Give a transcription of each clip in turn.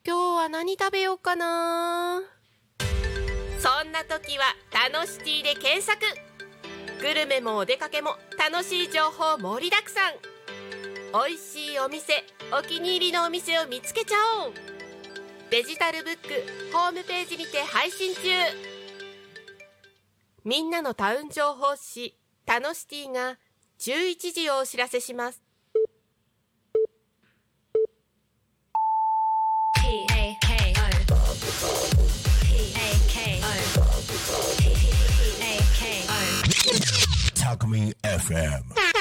今日は何食べようかな。そんな時は楽しティで検索。グルメもお出かけも楽しい情報盛りだくさん。おいしいお店、お気に入りのお店を見つけちゃおう。デジタルブックホームページにて配信中。みんなのタウン情報誌タノシティが11時をお知らせします。 タコミ FM。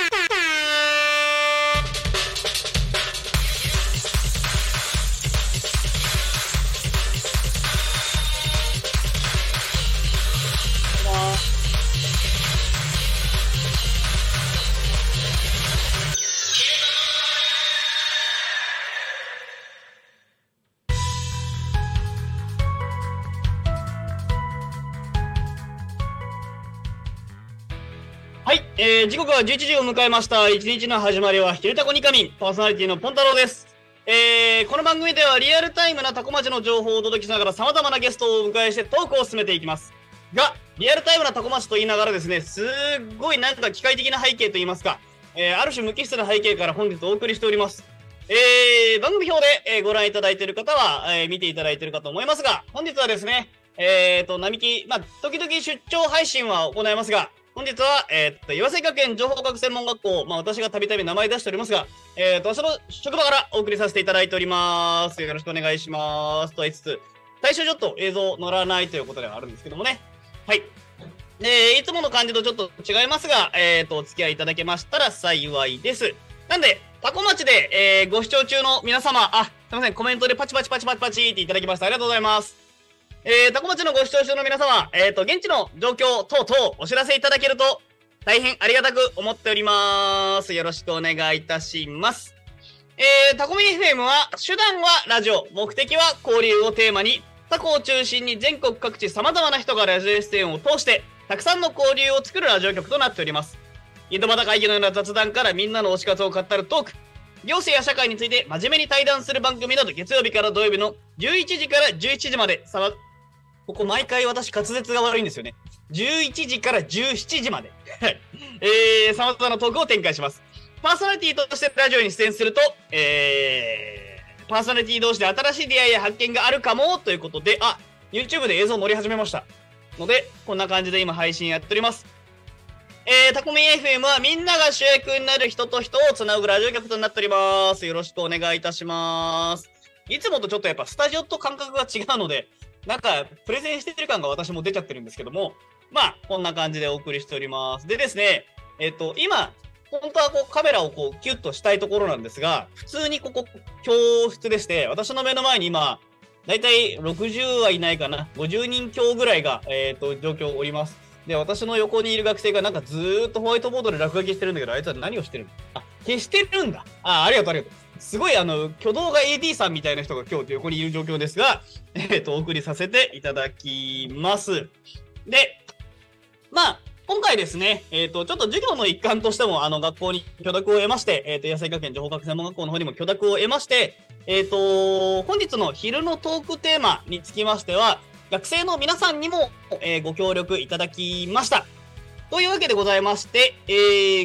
時刻は11時を迎えました。一日の始まりは昼タコニカミン、パーソナリティのポンタロウです。この番組ではリアルタイムなタコ町の情報をお届けしながら様々なゲストをお迎えしてトークを進めていきます。が、リアルタイムなタコ町と言いながらですね、すっごいなんか機械的な背景と言いますか、ある種無機質な背景から本日お送りしております。番組表で、ご覧いただいている方は、見ていただいているかと思いますが、本日はですね、並木、時々出張配信は行いますが、本日は、岩瀬学園情報学専門学校、私がたびたび名前出しておりますが、私の職場からお送りさせていただいております。よろしくお願いします。と言いつつ、最初ちょっと映像乗らないということではあるんですけどもね。はい。いつもの感じとちょっと違いますが、お付き合いいただけましたら幸いです。なんで、タコ町で、ご視聴中の皆様、すいません、コメントでパチパチっていただきました。ありがとうございます。タコ町のご視聴中の皆様、現地の状況等々お知らせいただけると大変ありがたく思っております。よろしくお願いいたします。タコミ FM は手段はラジオ、目的は交流をテーマに、タコを中心に全国各地様々な人がラジオ出演を通してたくさんの交流を作るラジオ局となっております。井戸端会議のような雑談からみんなの推し活を語るトーク、行政や社会について真面目に対談する番組など、月曜日から土曜日の11時から11時までここ毎回私滑舌が悪いんですよね。11時から17時まで様々なトークを展開します。パーソナリティとしてラジオに出演すると、パーソナリティ同士で新しい出会いや発見があるかもということで、YouTube で映像乗り始めましたので、こんな感じで今配信やっております。タコミ FM はみんなが主役になる人と人をつなぐラジオ局となっております。よろしくお願いいたします。いつもとちょっとやっぱスタジオと感覚が違うので、なんかプレゼンしてる感が私も出ちゃってるんですけども、こんな感じでお送りしております。でですね、今本当はこうカメラをこうキュッとしたいところなんですが、普通にここ教室でして、私の目の前に今だいたい60はいないかな、50人強ぐらいが状況おります。で、私の横にいる学生がなんかずーっとホワイトボードで落書きしてるんだけど、あいつは何をしてるの？消してるんだ。ありがとう。すごい挙動が AD さんみたいな人が今日横にいる状況ですが、お送りさせていただきます。で、今回ですね、ちょっと授業の一環としても、学校に許諾を得まして、野菜学園情報学専門学校の方にも許諾を得まして、本日の昼のトークテーマにつきましては、学生の皆さんにも、ご協力いただきました。というわけでございまして、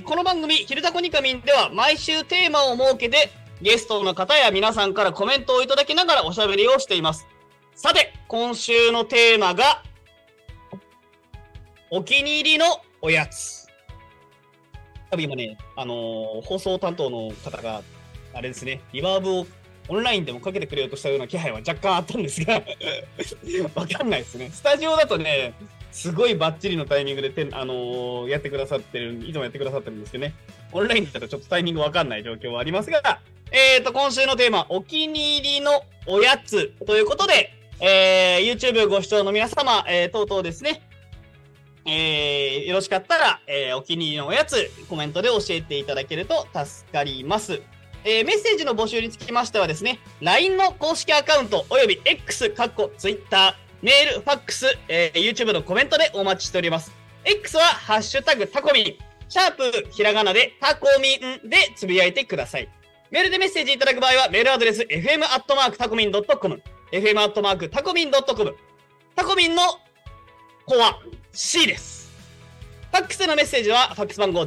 この番組、昼タコニカミンでは毎週テーマを設けて、ゲストの方や皆さんからコメントをいただきながらおしゃべりをしています。さて、今週のテーマが、お気に入りのおやつ。多分今ね、放送担当の方が、あれですね、リバーブをオンラインでもかけてくれようとしたような気配は若干あったんですが、わかんないですね。スタジオだとね、すごいバッチリのタイミングでやってくださってる、いつもやってくださってるんですけどね。オンラインだとちょっとタイミングわかんない状況はありますが、今週のテーマ、お気に入りのおやつということで、YouTube ご視聴の皆様、等々ですね、よろしかったら、お気に入りのおやつ、コメントで教えていただけると助かります。メッセージの募集につきましてはですね、LINE の公式アカウントおよび X、Twitter、メール、ファックス、YouTube のコメントでお待ちしております。X はハッシュタグタコミン、シャープひらがなでタコミンでつぶやいてください。 メールでメッセージいただく場合は、メールアドレス、fm@tacomin.com、fm@tacomin.com、タコミンの子は C です。ファックスでのメッセージは、ファックス番号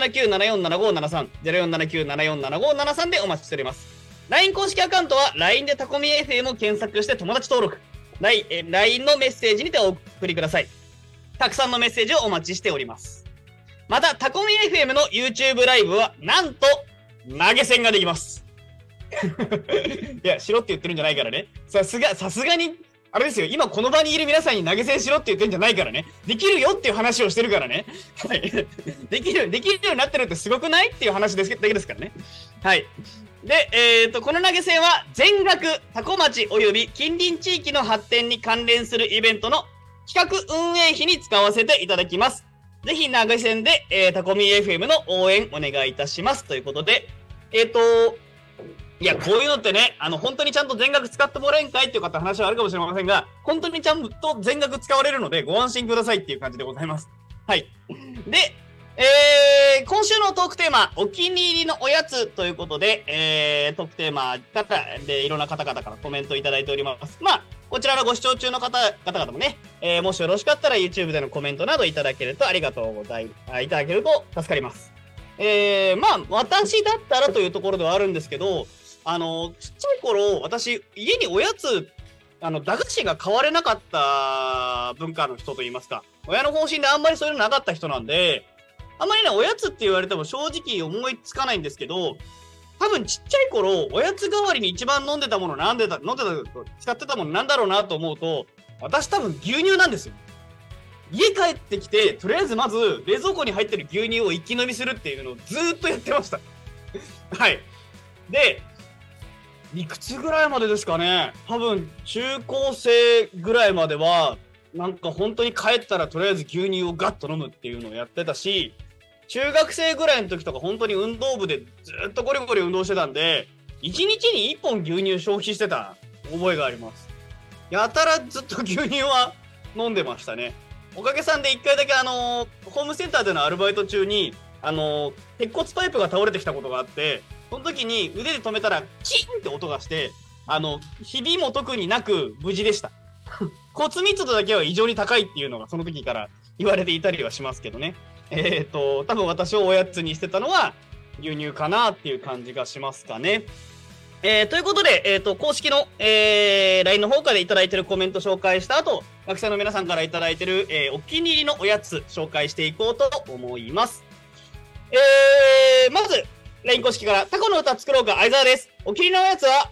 0479747573、0479747573 でお待ちしております。LINE 公式アカウントは、LINE でタコミン FM を検索して友達登録。LINE のメッセージにてお送りください。たくさんのメッセージをお待ちしております。また、タコミン FM の YouTube ライブは、なんと、投げ銭ができます。いや、しろって言ってるんじゃないからね。さすがに、あれですよ、今この場にいる皆さんに投げ銭しろって言ってんじゃないからね。できるよっていう話をしてるからね。はい。できるようになってるってすごくないっていう話だけですからね。はい。で、この投げ銭は全額タコ町及び近隣地域の発展に関連するイベントの企画運営費に使わせていただきます。ぜひ投げ銭で、タコミ FM の応援お願いいたします。ということで、いや、こういうのってね、本当にちゃんと全額使ってもらえんかいっていう方話はあるかもしれませんが、本当にちゃんと全額使われるので、ご安心くださいっていう感じでございます。はい。で、今週のトークテーマ、お気に入りのおやつということで、トークテーマでいろんな方々からコメントいただいております。まあ、こちらのご視聴中の方々もね、もしよろしかったら YouTube でのコメントなどいただけるといただけると助かります。まあ、私だったらというところではあるんですけど、ちっちゃい頃、私、家におやつ、駄菓子が買われなかった文化の人といいますか、親の方針であんまりそういうのなかった人なんで、あんまりね、おやつって言われても正直思いつかないんですけど、多分ちっちゃい頃、おやつ代わりに一番使ってたものなんだろうなと思うと、私多分牛乳なんですよ。家帰ってきて、とりあえずまず冷蔵庫に入ってる牛乳を一気飲みするっていうのをずーっとやってました。はい。で、いくつぐらいまでですかね。多分中高生ぐらいまでは、なんか本当に帰ったらとりあえず牛乳をガッと飲むっていうのをやってたし、中学生ぐらいの時とか本当に運動部でずっとゴリゴリ運動してたんで、1日に1本牛乳消費してた覚えがあります。やたらずっと牛乳は飲んでましたね。おかげさんで1回だけホームセンターでのアルバイト中に、鉄骨パイプが倒れてきたことがあって、その時に腕で止めたらキーンって音がして、ひびも特になく無事でした。骨密度だけは異常に高いっていうのがその時から言われていたりはしますけどね。多分私をおやつにしてたのは牛乳かなっていう感じがしますかね。ということで、公式の、LINE の方からいただいているコメント紹介した後、学生の皆さんからいただいている、お気に入りのおやつ紹介していこうと思います。まず、LINE 公式からタコの歌作ろうか相沢です。お気に入りのおやつは、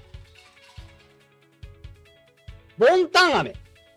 ボンタン飴。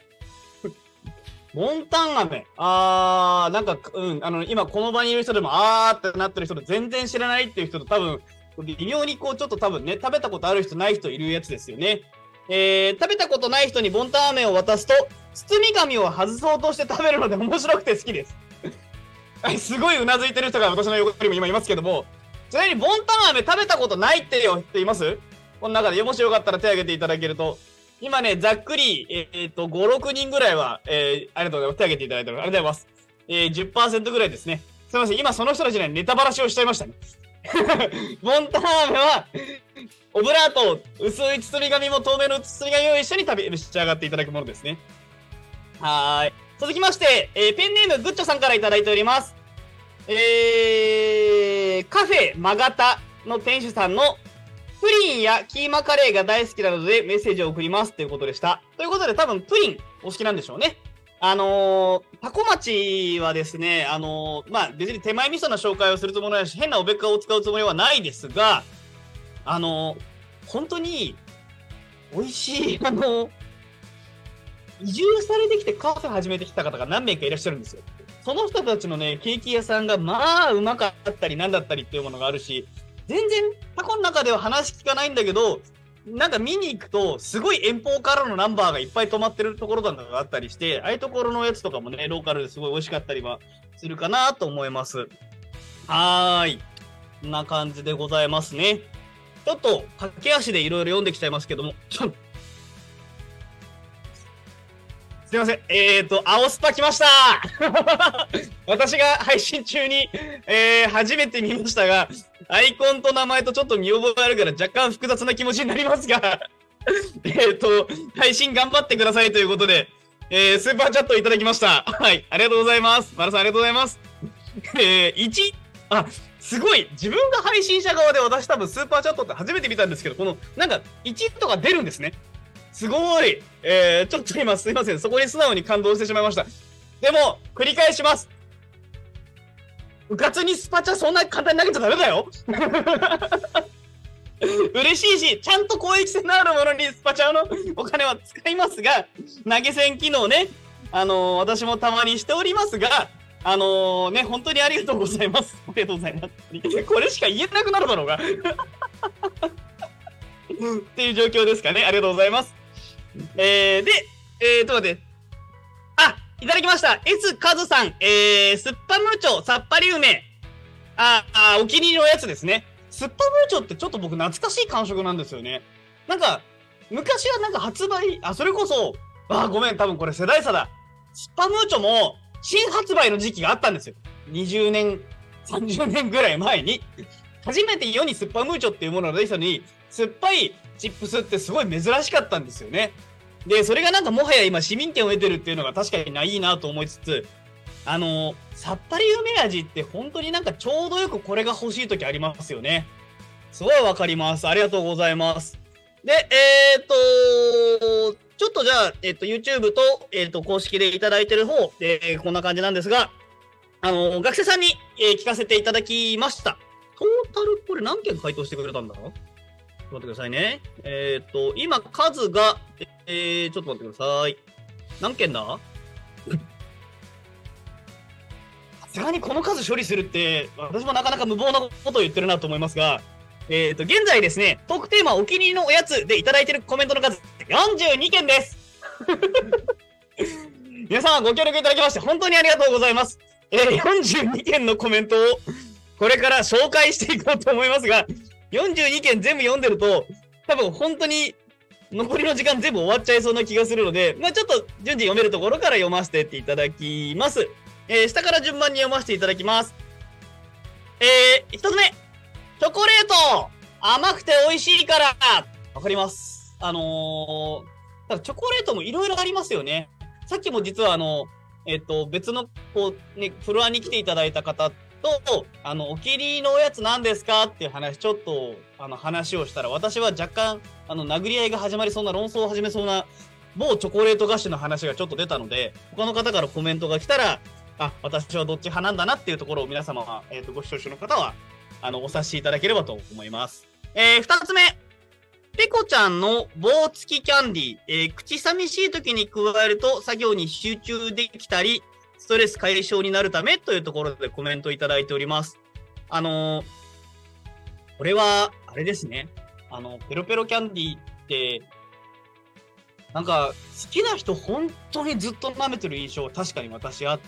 ボンタン飴。なんか、今この場にいる人でも、ってなってる人で全然知らないっていう人と多分、微妙にこうちょっと多分ね、食べたことある人ない人いるやつですよね。食べたことない人にボンタン飴を渡すと、包み紙を外そうとして食べるので面白くて好きです。すごいうなずいてる人が私の横にも今いますけども、ちなみにボンタン飴食べたことないっていますこの中でもしよかったら手を挙げていただけると。今ね、ざっくり、5、6人ぐらいは、ありがとうございます。手を挙げていただいてありがとうございます。10% ぐらいですね。すみません。今その人たちにネタバラシをしちゃいましたね。ボンタン飴は、オブラート、薄い包み紙も透明の包み紙を一緒に召し上がっていただくものですね。はーい。続きまして、ペンネームグッチョさんからいただいております。カフェマガタの店主さんのプリンやキーマカレーが大好きなのでメッセージを送りますということでした。ということで多分プリンお好きなんでしょうね。タコ町はですね、まあ、別に手前味噌な紹介をするつもりはないし、変なおべっかを使うつもりはないですが、本当に美味しい、移住されてきてカフェ始めてきた方が何名かいらっしゃるんですよ。その人たちのね、ケーキ屋さんがまあうまかったりなんだったりっていうものがあるし、全然タコの中では話聞かないんだけど、なんか見に行くとすごい遠方からのナンバーがいっぱい止まってるところとかがあったりして、ああいうところのやつとかもね、ローカルですごい美味しかったりはするかなと思います。はーい。こんな感じでございますね。ちょっと駆け足でいろいろ読んできちゃいますけども、 すいません。青スパ来ました私が配信中に、初めて見ましたが、アイコンと名前とちょっと見覚えあるから若干複雑な気持ちになりますが、配信頑張ってくださいということで、スーパーチャットいただきました。はい、ありがとうございます。マルさんありがとうございます。すごい自分が配信者側で私多分スーパーチャットって初めて見たんですけど、この、なんか、1とか出るんですね。すごい。ちょっと今すいません。そこに素直に感動してしまいました。でも、繰り返します。うかつにスパチャそんな簡単に投げちゃダメだよ。嬉しいし、ちゃんと公益性のあるものにスパチャのお金は使いますが、投げ銭機能ね、私もたまにしておりますが、本当にありがとうございます。ありがとうございます。これしか言えなくなるだろうが。っていう状況ですかね。ありがとうございます。で、待って。いただきました。S カズさん、スッパムーチョ、さっぱり梅。お気に入りのやつですね。スッパムーチョってちょっと僕懐かしい感触なんですよね。なんか、昔はなんか発売、それこそ、ごめん、多分これ世代差だ。スッパムーチョも新発売の時期があったんですよ。20年、30年ぐらい前に。初めて世にスッパムーチョっていうものができたのに、酸っぱいチップスってすごい珍しかったんですよね。で、それがなんかもはや今市民権を得てるっていうのが確かにいいなと思いつつ、さっぱり梅味って本当になんかちょうどよくこれが欲しい時ありますよね。すごいわかります。ありがとうございます。で、ちょっとじゃあ、YouTube と、公式でいただいてる方、こんな感じなんですが、学生さんに、聞かせていただきました。トータルこれ何件回答してくれたんだろう？待ってくださいね。今、数が、ちょっと待ってください。何件だ？さすがにこの数処理するって、私もなかなか無謀なことを言ってるなと思いますが、現在ですね、トークテーマお気に入りのおやつでいただいているコメントの数、42件です。皆さんご協力いただきまして、本当にありがとうございます。42件のコメントを、これから紹介していこうと思いますが、42件全部読んでると、多分本当に残りの時間全部終わっちゃいそうな気がするので、ちょっと順次読めるところから読ませていただきます。下から順番に読ませていただきます。一つ目。チョコレート甘くて美味しいからわかります。ただチョコレートもいろいろありますよね。さっきも実は別の、フロアに来ていただいた方と、お気に入りのおやつ何ですかっていう話、ちょっと、話をしたら、私は若干、殴り合いが始まりそうな、論争を始めそうな、某チョコレート菓子の話がちょっと出たので、他の方からコメントが来たら、私はどっち派なんだなっていうところを皆様、ご視聴者の方は、お察しいただければと思います。二つ目。ペコちゃんの棒付きキャンディー。口寂しい時に加えると作業に集中できたり、ストレス解消になるためというところでコメントいただいております。これは、あれですね。ペロペロキャンディーって、なんか、好きな人本当にずっと舐めてる印象は確かに私あって、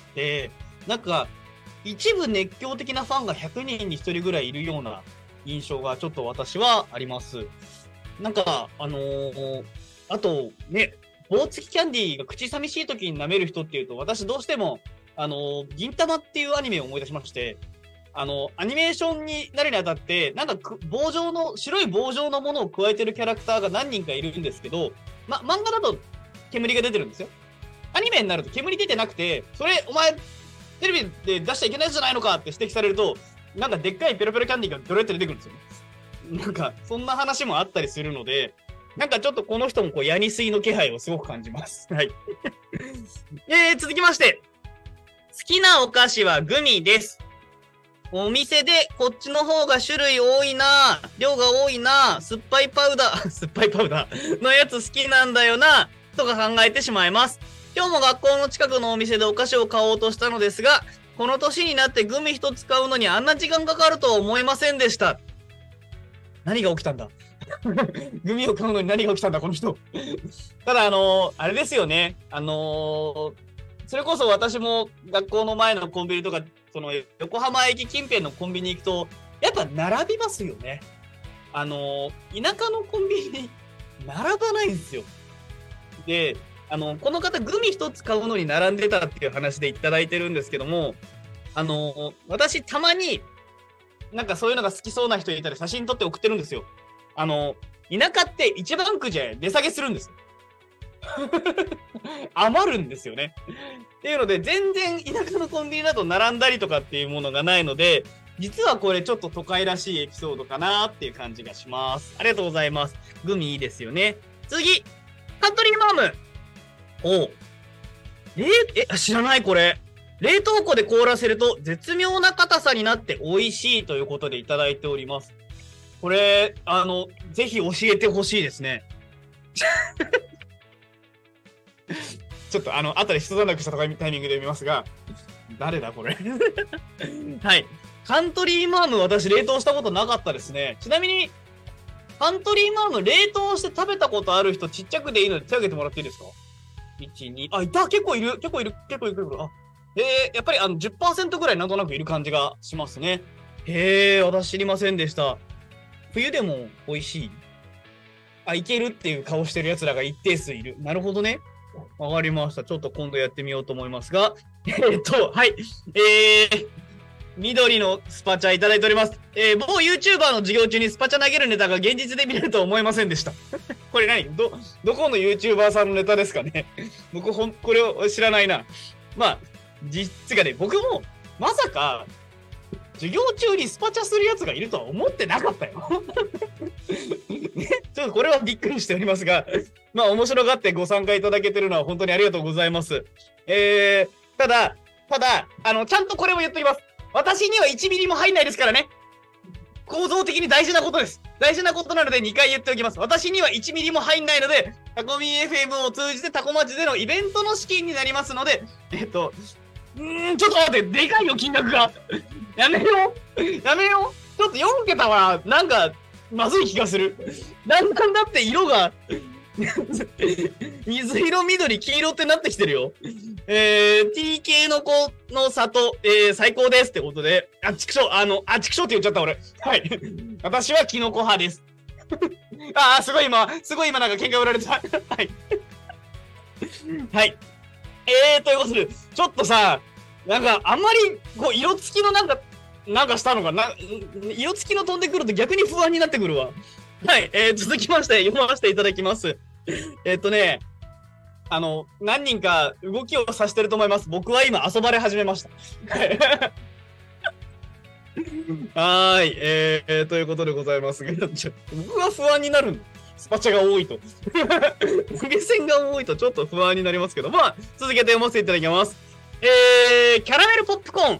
なんか、一部熱狂的なファンが100人に1人ぐらいいるような印象がちょっと私はあります。なんか、あとね、棒付きキャンディーが口寂しい時に舐める人っていうと、私どうしても、銀魂っていうアニメを思い出しまして、アニメーションになるにあたって、なんか白い棒状のものを加えてるキャラクターが何人かいるんですけど、漫画だと煙が出てるんですよ。アニメになると煙出てなくて、それ、お前、テレビで出しちゃいけないやつじゃないのかって指摘されると、なんかでっかいペロペロキャンディーがドロって出てくるんですよ。なんか、そんな話もあったりするので、なんかちょっとこの人もヤニスイの気配をすごく感じます。はい。続きまして、好きなお菓子はグミです。お店でこっちの方が種類多いな、量が多いな、酸っぱいパウダーのやつ好きなんだよな、とか考えてしまいます。今日も学校の近くのお店でお菓子を買おうとしたのですが、この年になってグミ一つ買うのにあんな時間かかるとは思いませんでした。何が起きたんだグミを買うのに何が起きたんだこの人ただあれですよね。それこそ私も学校の前のコンビニとか、その横浜駅近辺のコンビニ行くと、やっぱ並びますよね。田舎のコンビニ並ばないんですよ。で、 この方、グミ一つ買うのに並んでたっていう話でいただいてるんですけども、私、たまに、なんかそういうのが好きそうな人いたら写真撮って送ってるんですよ。田舎って一番くじで値下げするんです。余るんですよね。っていうので、全然田舎のコンビニだと並んだりとかっていうものがないので、実はこれちょっと都会らしいエピソードかなっていう感じがします。ありがとうございます。グミいいですよね。次、カントリーマーム。お知らないこれ。冷凍庫で凍らせると絶妙な硬さになって美味しいということでいただいております。これ、ぜひ教えてほしいですね。ちょっと後で一段落したタイミングで見ますが、誰だこれ。はい。カントリーマーム私冷凍したことなかったですね。ちなみに、カントリーマーム冷凍して食べたことある人ちっちゃくでいいので手挙げてもらっていいですか？ 1、2、いた結構いる。やっぱり10% ぐらいなんとなくいる感じがしますね。私知りませんでした。冬でも美味しい？いけるっていう顔してる奴らが一定数いる。なるほどね。わかりました。ちょっと今度やってみようと思いますが。はい。緑のスパチャいただいております。某 YouTuber の授業中にスパチャ投げるネタが現実で見れるとは思いませんでした。これ何どこの YouTuber さんのネタですかね。僕これを知らないな。まあ、実がね、僕もまさか授業中にスパチャするやつがいるとは思ってなかったよ。ね、ちょっとこれはびっくりしておりますが、まあ面白がってご参加いただけてるのは本当にありがとうございます。ただ、ちゃんとこれも言っておきます。私には1ミリも入んないですからね。構造的に大事なことです。大事なことなので2回言っておきます。私には1ミリも入んないので、タコミ FM を通じてタコ町でのイベントの資金になりますので、ちょっと待って、でかいよ、金額が。やめよう。ちょっと4桁は、なんか、まずい気がする。だんだんだって色が、水色、緑、黄色ってなってきてるよ。TK の子の里、最高ですってことで、畜生って言っちゃった俺。はい。私はキノコ派です。すごい今なんか喧嘩売られた。はい。はい。ということで、ちょっとさ、なんかあんまり、色付きのなんかしたのかな、色付きの飛んでくると逆に不安になってくるわ。はい、続きまして読ませていただきます。何人か動きをさせてると思います。僕は今遊ばれ始めました。はい、ということでございますが、僕は不安になるんだ。スパチャが多いと。投げ銭が多いとちょっと不安になりますけど、まあ、続けて読ませていただきます。キャラメルポップコーン。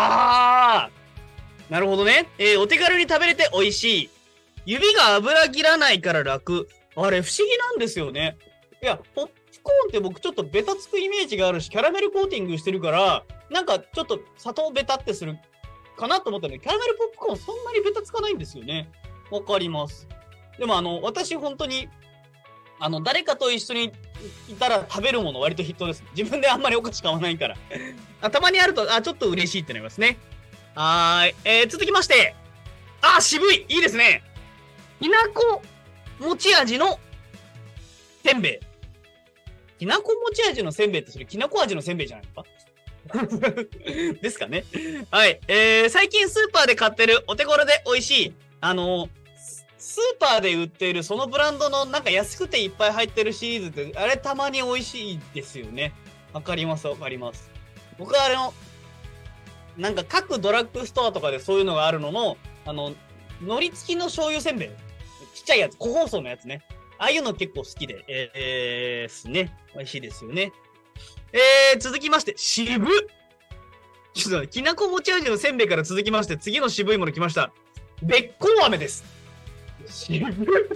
なるほどね。お手軽に食べれて美味しい。指が油切らないから楽。あれ、不思議なんですよね。いや、ポップコーンって僕ちょっとベタつくイメージがあるし、キャラメルコーティングしてるから、なんかちょっと砂糖ベタってするかなと思ったので、キャラメルポップコーンそんなにベタつかないんですよね。わかります。でも私本当に、誰かと一緒にいたら食べるもの割と筆頭です。自分であんまりお菓子買わないから。たまにあると、ちょっと嬉しいってなりますね。続きまして。渋い。いいですね。きなこ餅味のせんべい。きなこ餅味のせんべいってそれきなこ味のせんべいじゃないのかですかね。はい。最近スーパーで買ってるお手頃で美味しい。スーパーで売っているそのブランドのなんか安くていっぱい入ってるシリーズってあれたまに美味しいですよね。わかります。僕はなんか各ドラッグストアとかでそういうのがあるのの、海苔付きの醤油せんべい。ちっちゃいやつ、個包装のやつね。ああいうの結構好きで、ですね。美味しいですよね。続きまして、渋っ。ちょっときなこ餅味のせんべいから続きまして、次の渋いもの来ました。べっこう飴です。渋っ。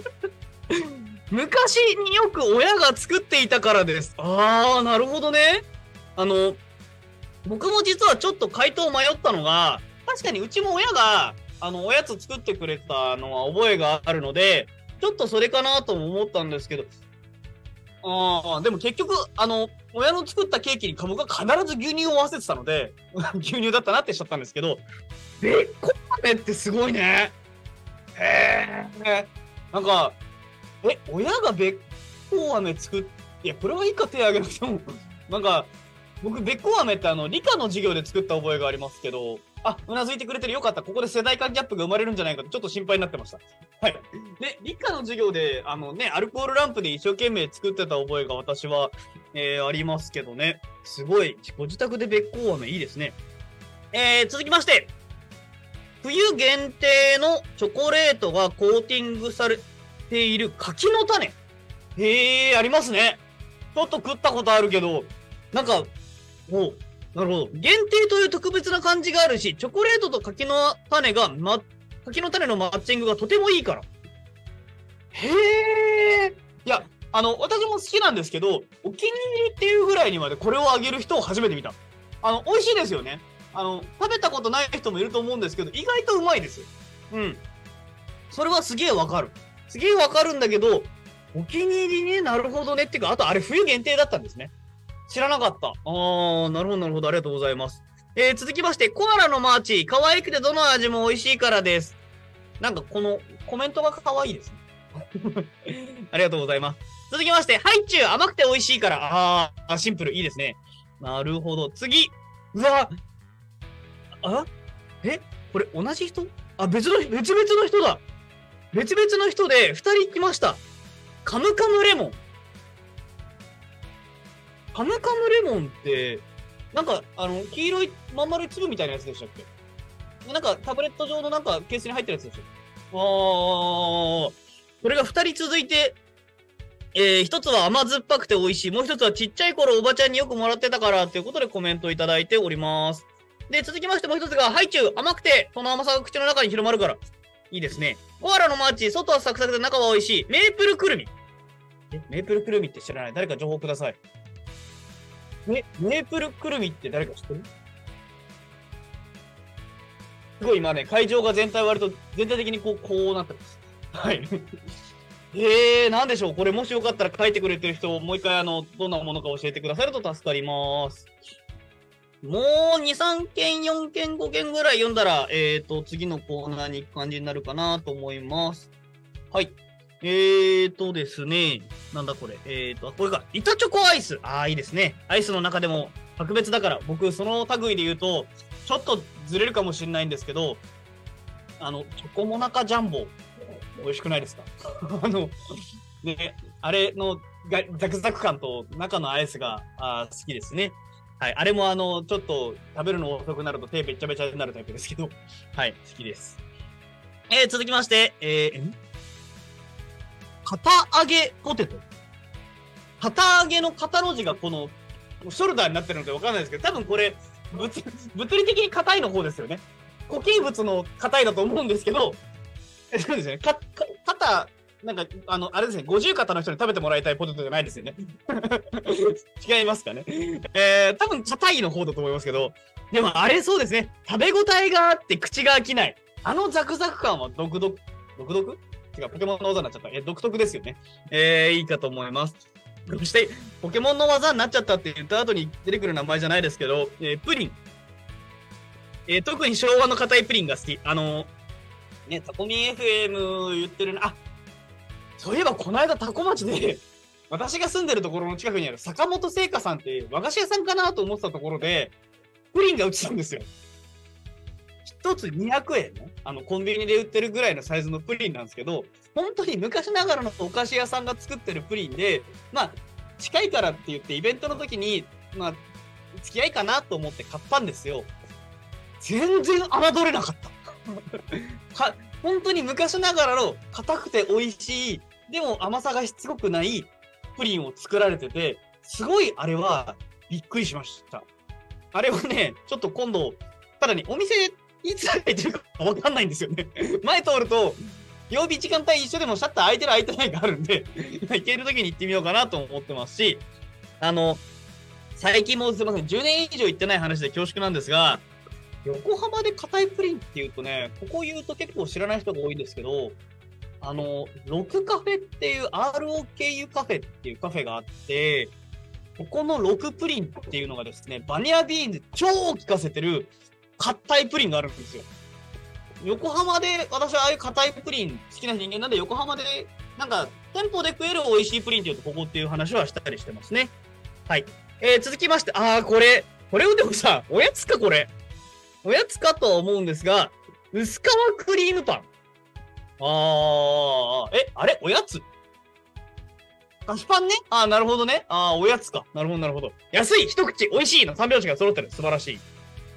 昔によく親が作っていたからです。なるほどね。僕も実はちょっと回答迷ったのが、確かにうちも親が、おやつ作ってくれたのは覚えがあるので、ちょっとそれかなとも思ったんですけど、でも結局、親の作ったケーキに僕は必ず牛乳を合わせてたので、牛乳だったなってしちゃったんですけど、べっこ飴ってすごいね。なんか、親がべっこ飴作っいや、これはいいか手挙げなくても。なんか、僕、べっこう飴って理科の授業で作った覚えがありますけど、あ、うなずいてくれてる。よかった。ここで世代間ギャップが生まれるんじゃないかとちょっと心配になってました。はい。で、理科の授業で、アルコールランプで一生懸命作ってた覚えが私は、ありますけどね。すごい。ご自宅でべっこう飴いいですね。続きまして。冬限定のチョコレートがコーティングされている柿の種。ありますね。ちょっと食ったことあるけど、なんか、なるほど。限定という特別な感じがあるし、チョコレートと柿の種のマッチングがとてもいいから。いや、私も好きなんですけど、お気に入りっていうぐらいにまでこれをあげる人を初めて見た。美味しいですよね。食べたことない人もいると思うんですけど、意外とうまいです。うん。それはすげえわかる。すげえわかるんだけど、お気に入りね、なるほどね。っていうか、あとあれ冬限定だったんですね。知らなかった。なるほど、なるほど。ありがとうございます。続きまして、コアラのマーチ。可愛くてどの味も美味しいからです。なんかこのコメントが可愛いですね。ありがとうございます。続きまして、ハイチュウ甘くて美味しいから。シンプル。いいですね。なるほど。次。うわ。これ同じ人？別々の人だ。別々の人で2人来ました。カムカムレモン。カムカムレモンって、なんか、黄色いまん丸い粒みたいなやつでしたっけ？なんか、タブレット状のなんか、ケースに入ってるやつでしょ？これが2人続いて、一つは甘酸っぱくて美味しい。もう一つはちっちゃい頃おばちゃんによくもらってたからということでコメントいただいております。で、続きましてもう一つが、ハイチュウ甘くて、その甘さが口の中に広まるから。いいですね。コアラのマーチ、外はサクサクで中は美味しい。メープルくるみ。メープルくるみって知らない？誰か情報ください。メープルくるみって誰か知ってる？すごい今ね、会場が全体的にこうなってます。はい。なんでしょう。これもしよかったら書いてくれてる人、もう一回どんなものか教えてくださると助かります。もう2、3件、4件、5件ぐらい読んだら、次のコーナーに行く感じになるかなと思います。はい。ですね。なんだこれ。これか。板チョコアイス。いいですね。アイスの中でも格別だから、僕、その類で言うと、ちょっとずれるかもしれないんですけど、チョコモナカジャンボ、美味しくないですか？ね、あれのザクザク感と中のアイスが好きですね。はい。あれもちょっと食べるの遅くなると手べちゃべちゃになるタイプですけど、はい。好きです。続きまして、肩揚げポテト。肩揚げの肩の字がこのショルダーになってるのでわかんないですけど、多分これ、物理的に硬いの方ですよね。固形物の硬いだと思うんですけど、そうですね。肩、なんか、あれですね、50肩の人に食べてもらいたいポテトじゃないですよね。違いますかね。多分硬いの方だと思いますけど、でもあれそうですね、食べ応えがあって口が飽きない。ザクザク感は独特違う、ポケモンの技になっちゃった。独特ですよね。いいかと思います。そして、ポケモンの技になっちゃったって言った後に出てくる名前じゃないですけど、プリン。特に昭和の硬いプリンが好き。タコミン FM 言ってるな。そういえばこの間タコ町で、私が住んでるところの近くにある坂本製菓さんって和菓子屋さんかなと思ってたところで、プリンが売ってたんですよ。一つ200円のコンビニで売ってるぐらいのサイズのプリンなんですけど、本当に昔ながらのお菓子屋さんが作ってるプリンで、近いからって言ってイベントの時に、付き合いかなと思って買ったんですよ。全然侮れなかった。本当に昔ながらの硬くて美味しい、でも甘さがしつこくないプリンを作られてて、すごいあれはびっくりしました。あれはね、ちょっと今度、ただね、お店いつ開いてるかわかんないんですよね。前通ると、曜日時間帯一緒でもシャッター開いてる開いてないがあるんで、行ける時に行ってみようかなと思ってますし、最近もすいません、10年以上行ってない話で恐縮なんですが、横浜で硬いプリンっていうとね、ここ言うと結構知らない人が多いんですけど、ロクカフェっていう ROKU カフェっていうカフェがあって、ここのロクプリンっていうのがですね、バニラビーンズ超効かせてる硬いプリンがあるんですよ。横浜で私はああいう硬いプリン好きな人間なんで横浜でなんか、店舗で食える美味しいプリンっていうとここっていう話はしたりしてますね。はい。続きまして、これをでもさ、おやつかこれ。おやつかとは思うんですが、薄皮クリームパン。あれおやつ菓子パンね。なるほどね。おやつか。なるほど、なるほど。安い、一口、美味しいの3拍子が揃ってる。素晴らしい。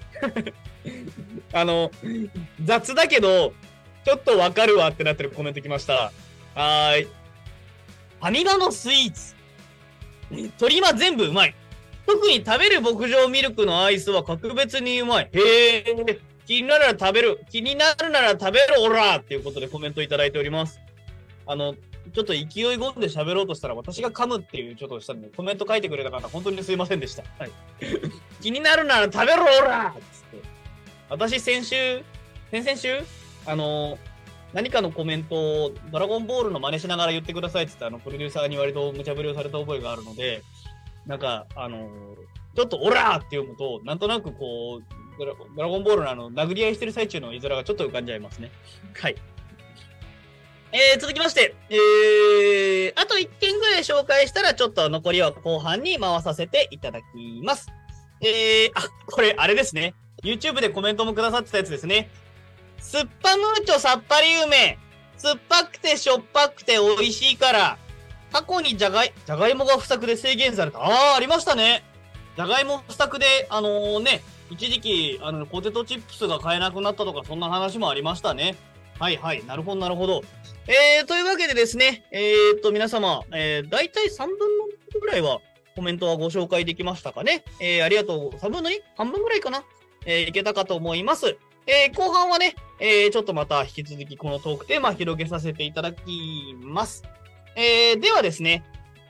雑だけど、ちょっとわかるわってなってるコメント来ました。はーい。ファミマのスイーツ。鶏ま全部うまい。特に食べる牧場ミルクのアイスは格別にうまい。へー。気になるなら食べる。気になるなら食べるオラーっていうことでコメントいただいております。ちょっと勢い込んで喋ろうとしたら私が噛むっていうちょっとしたんで、コメント書いてくれた方本当にすいませんでした。はい。気になるなら食べろオラーっつって。私先々週何かのコメントをドラゴンボールの真似しながら言ってくださいって言ってプロデューサーに割と無茶ぶりをされた覚えがあるので、なんか、ちょっとオラーって読むと、なんとなくこう、ドラゴンボールの殴り合いしてる最中の絵面がちょっと浮かんじゃいますね。はい。続きまして、あと1件ぐらい紹介したら、ちょっと残りは後半に回させていただきます。これ、あれですね。YouTube でコメントもくださってたやつですね。スッパムーチョさっぱり梅。酸っぱくてしょっぱくて美味しいから。過去にじゃがいもが不作で制限された。ありましたね。じゃがいも不作で、一時期、ポテトチップスが買えなくなったとか、そんな話もありましたね。はいはい。なるほど、なるほど。というわけでですね、皆様、だいたい3分の2ぐらいはコメントはご紹介できましたかね。ありがとう。3分の 2？ 半分ぐらいかな。いけたかと思います。後半はね、ちょっとまた引き続きこのトークテーマ広げさせていただきます。ではですね、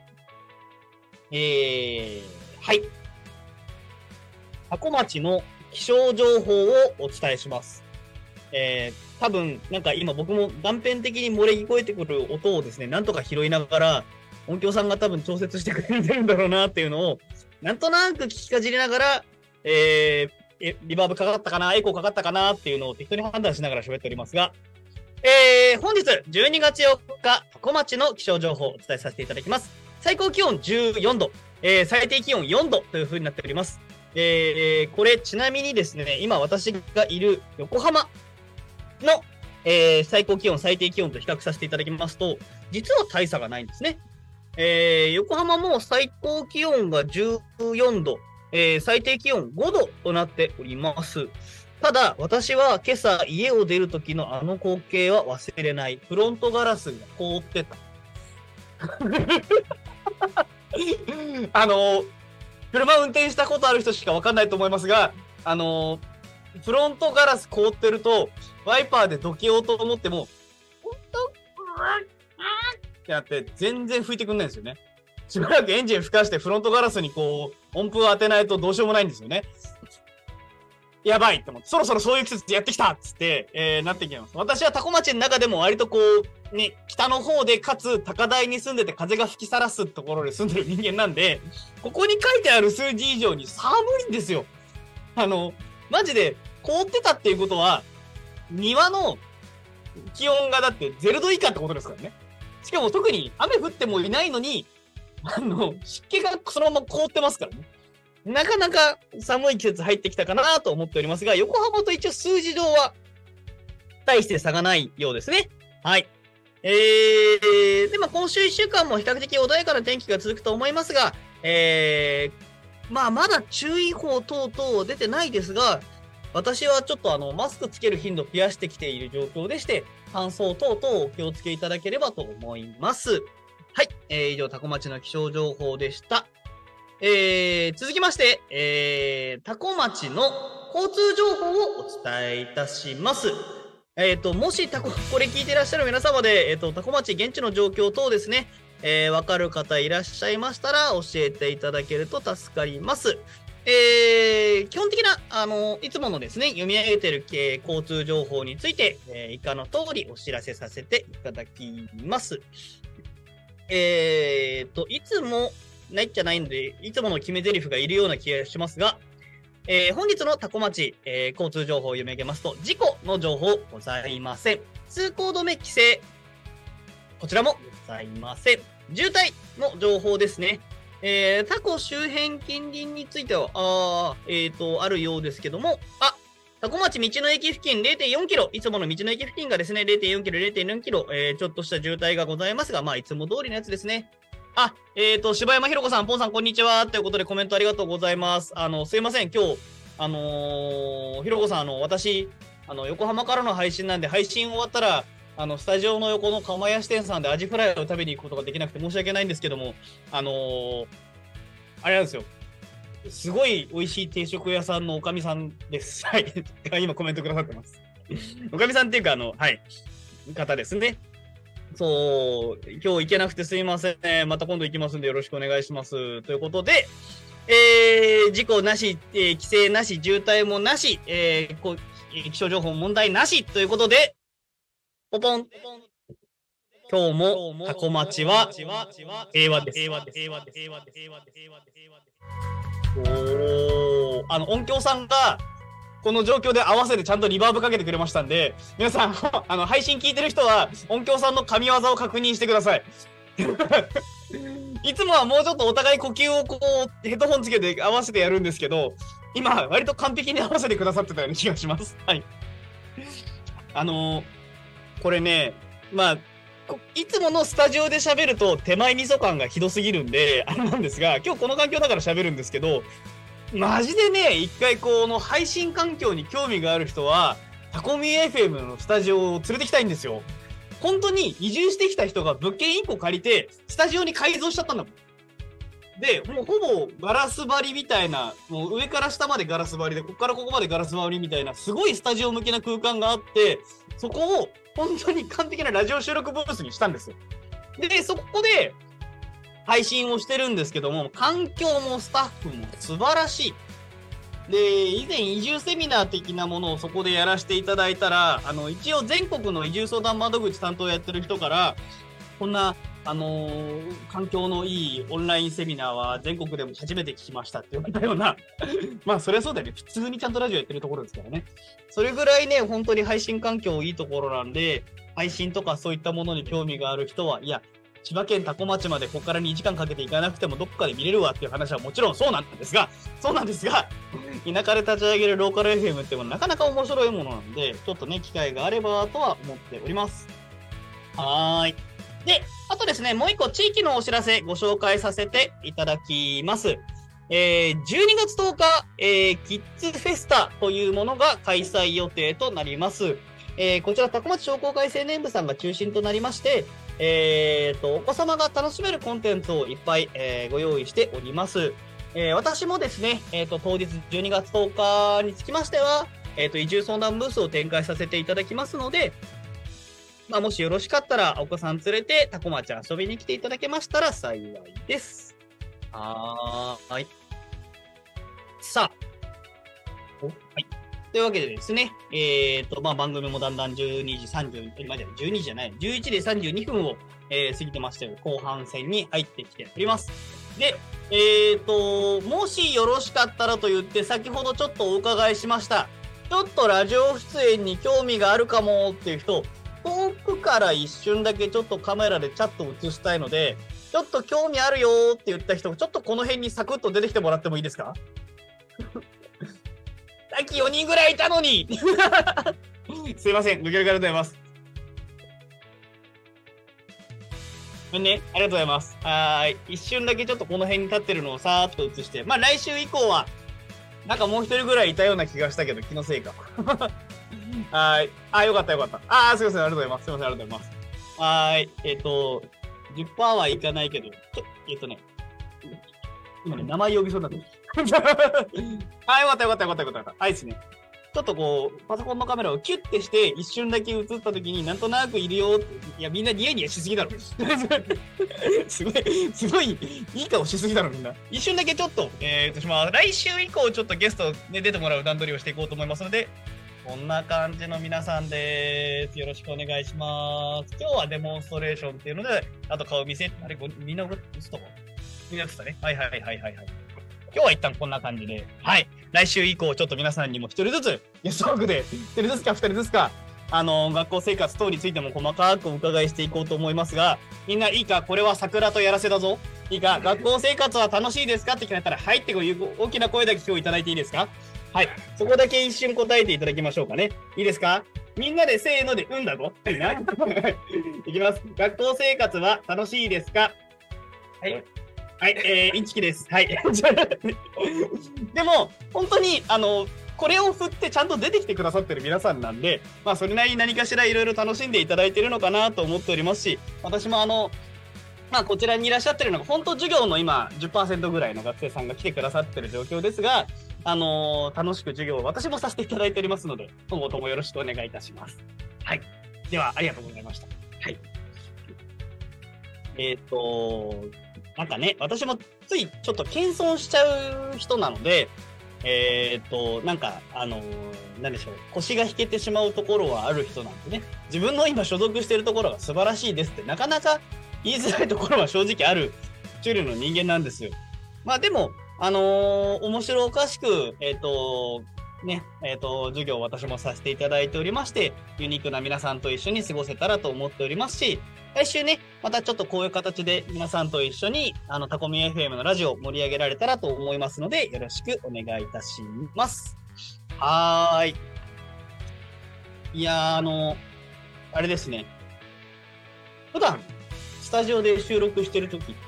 はい。多古町の気象情報をお伝えします。多分、なんか今僕も断片的に漏れ聞こえてくる音をですね、なんとか拾いながら、音響さんが多分調節してくれてるんだろうなっていうのを、なんとなく聞きかじりながら、リバーブかかったかな、エコーかかったかなっていうのを適当に判断しながら喋っておりますが、本日12月4日、多古町の気象情報をお伝えさせていただきます。最高気温14度、最低気温4度という風になっております。これちなみにですね、今私がいる横浜の、最高気温、最低気温と比較させていただきますと、実は大差がないんですね。横浜も最高気温が14度、最低気温5度となっております。ただ、私は今朝家を出る時のあの光景は忘れない。フロントガラスが凍ってた。車運転したことある人しかわかんないと思いますが、フロントガラス凍ってると、ワイパーでどけようと思っても、ってなって全然吹いてくんないんですよね。しばらくエンジン吹かしてフロントガラスにこう、音符を当てないとどうしようもないんですよね。やばいって思って、そろそろそういう季節やってきたっつって、なってきます。私は多古町の中でも割とこう、ね、北の方でかつ高台に住んでて風が吹きさらすところで住んでる人間なんで、ここに書いてある数字以上に寒いんですよ。マジで凍ってたっていうことは、庭の気温がだって0度以下ってことですからね。しかも特に雨降ってもいないのに、湿気がそのまま凍ってますからね。なかなか寒い季節入ってきたかなと思っておりますが、横浜と一応数字上は大して差がないようですね。はい。で、今週1週間も比較的穏やかな天気が続くと思いますが、まだ注意報等々出てないですが、私はちょっとマスクつける頻度を増やしてきている状況でして、乾燥等々お気をつけいただければと思います。はい。以上、多古町の気象情報でした。続きまして、多古町の交通情報をお伝えいたします。もしこれ聞いていらっしゃる皆様で、多古町現地の状況等ですね、わかる方いらっしゃいましたら教えていただけると助かります。基本的な、いつものですね、読み上げている交通情報について、以下の通りお知らせさせていただきます。いつもないっちゃないんで、いつもの決め台詞がいるような気がしますが、本日の多古町、交通情報を読み上げますと、事故の情報ございません。通行止め規制、 こちらもございません。渋滞の情報ですね。タコ周辺近隣については、あるようですけども、タコ町道の駅付近 0.4 キロ、いつもの道の駅付近がですね、0.4 キロ、0.4 キロ、ちょっとした渋滞がございますが、まあ、いつも通りのやつですね。柴山ひろ子さん、ポンさん、こんにちは。ということでコメントありがとうございます。すいません、今日、ひろこさん、私、横浜からの配信なんで、配信終わったら、スタジオの横の釜屋支店さんでアジフライを食べに行くことができなくて申し訳ないんですけども、あれなんですよ。すごい美味しい定食屋さんのおかみさんです。はい。今コメントくださってます。おかみさんっていうか、はい。方ですね。そう、今日行けなくてすいません。また今度行きますんでよろしくお願いします。ということで、事故なし、規制なし、渋滞もなし、気象情報問題なしということで、ポポン。今日もタコ町は平和です。音響さんがこの状況で合わせてちゃんとリバーブかけてくれましたんで、皆さん配信聞いてる人は音響さんの神業を確認してください。いつもはもうちょっとお互い呼吸をこうヘッドホンつけて合わせてやるんですけど、今割と完璧に合わせてくださってたような気がします。はい。これね、まあいつものスタジオで喋ると手前味噌感がひどすぎるんで、あれなんですが、今日この環境だから喋るんですけど、マジでね、一回この配信環境に興味がある人は、タコミ FM のスタジオを連れてきたいんですよ。本当に移住してきた人が物件1個借りて、スタジオに改造しちゃったんだもん。で、もうほぼガラス張りみたいな、もう上から下までガラス張りで、ここからここまでガラス張りみたいな、すごいスタジオ向けな空間があって、そこを本当に完璧なラジオ収録ブースにしたんですよ。で、そこで配信をしてるんですけども、環境もスタッフも素晴らしい。で、以前移住セミナー的なものをそこでやらせていただいたら、一応全国の移住相談窓口担当やってる人から、こんな、環境のいいオンラインセミナーは全国でも初めて聞きましたって言われたような、まあそりゃそうだよね。普通にちゃんとラジオやってるところですからね。それぐらいね、本当に配信環境いいところなんで、配信とかそういったものに興味がある人は、いや、千葉県多古町までここから2時間かけて行かなくてもどこかで見れるわっていう話はもちろんそうなんですが、田舎で立ち上げるローカル FM ってもなかなか面白いものなんで、ちょっとね、機会があればとは思っております。はーい。で、あとですね、もう一個地域のお知らせご紹介させていただきます。12月10日、キッズフェスタというものが開催予定となります。こちら、多古町商工会青年部さんが中心となりまして、お子様が楽しめるコンテンツをいっぱい、ご用意しております。私もですね、当日12月10日につきましては、移住相談ブースを展開させていただきますので、まあ、もしよろしかったら、お子さん連れて多古町遊びに来ていただけましたら幸いです。はい。さあ。はい。というわけでですね、まあ、番組もだんだん12時じゃない、11時32分を、過ぎてまして、後半戦に入ってきております。で、もしよろしかったらと言って、先ほどちょっとお伺いしました。ちょっとラジオ出演に興味があるかもっていう人、遠くから一瞬だけちょっとカメラでチャット映したいので、ちょっと興味あるよーって言った人、ちょっとこの辺にサクッと出てきてもらってもいいですか？さっき4人ぐらいいたのにすいません、ご協力ありがとうございます。ごめんね、ありがとうございます。一瞬だけちょっとこの辺に立ってるのをさーっと映して、まあ来週以降は、なんかもう一人ぐらいいたような気がしたけど、気のせいか。はい。よかったよかった。すいません、ありがとうございます。すいません、ありがとうございます。10% はいかないけど、今ね、名前呼びそうになってる。よかったよかったよかったよかった。ですね。ちょっとこう、パソコンのカメラをキュッてして、一瞬だけ映った時になんとなくいるよって、いや、みんなニヤニヤしすぎだろ。すごい、いい顔しすぎだろ、みんな。一瞬だけちょっと、来週以降、ちょっとゲストね、出てもらう段取りをしていこうと思いますので、こんな感じの皆さんです。よろしくお願いします。今日はデモンストレーションっていうので、あと顔見せ、みんな映すとこみんなやってたね。はい。今日は一旦こんな感じで、はい。来週以降、ちょっと皆さんにも一人ずつ、ゲスト枠で、一人ずつか二人ずつか、 学校生活等についても細かくお伺いしていこうと思いますが、みんないいか、これは桜とやらせだぞ。いいか、学校生活は楽しいですかって聞かれたら、はいっていう大きな声だけ今日いただいていいですか？はい。そこだけ一瞬答えていただきましょうかね。いいですか？みんなでせーので、うんだぞ。いきます。学校生活は楽しいですか？はい。はい、インチキです。はい。でも、本当に、これを振ってちゃんと出てきてくださってる皆さんなんで、まあ、それなりに何かしらいろいろ楽しんでいただいてるのかなと思っておりますし、私もまあ、こちらにいらっしゃってるのが、本当授業の今、10% ぐらいの学生さんが来てくださってる状況ですが、楽しく授業を私もさせていただいておりますので、今後ともよろしくお願いいたします。はい。では、ありがとうございました。はい。なんかね、私もついちょっと謙遜しちゃう人なので、なんか、なんでしょう、腰が引けてしまうところはある人なんでね、自分の今所属しているところが素晴らしいですって、なかなか言いづらいところは正直ある種類の人間なんですよ。まあでも、面白おかしく、授業を私もさせていただいておりまして、ユニークな皆さんと一緒に過ごせたらと思っておりますし、来週ね、またちょっとこういう形で皆さんと一緒に、タコミ FM のラジオを盛り上げられたらと思いますので、よろしくお願いいたします。はーい。いやー、あれですね。普段、スタジオで収録してるときって、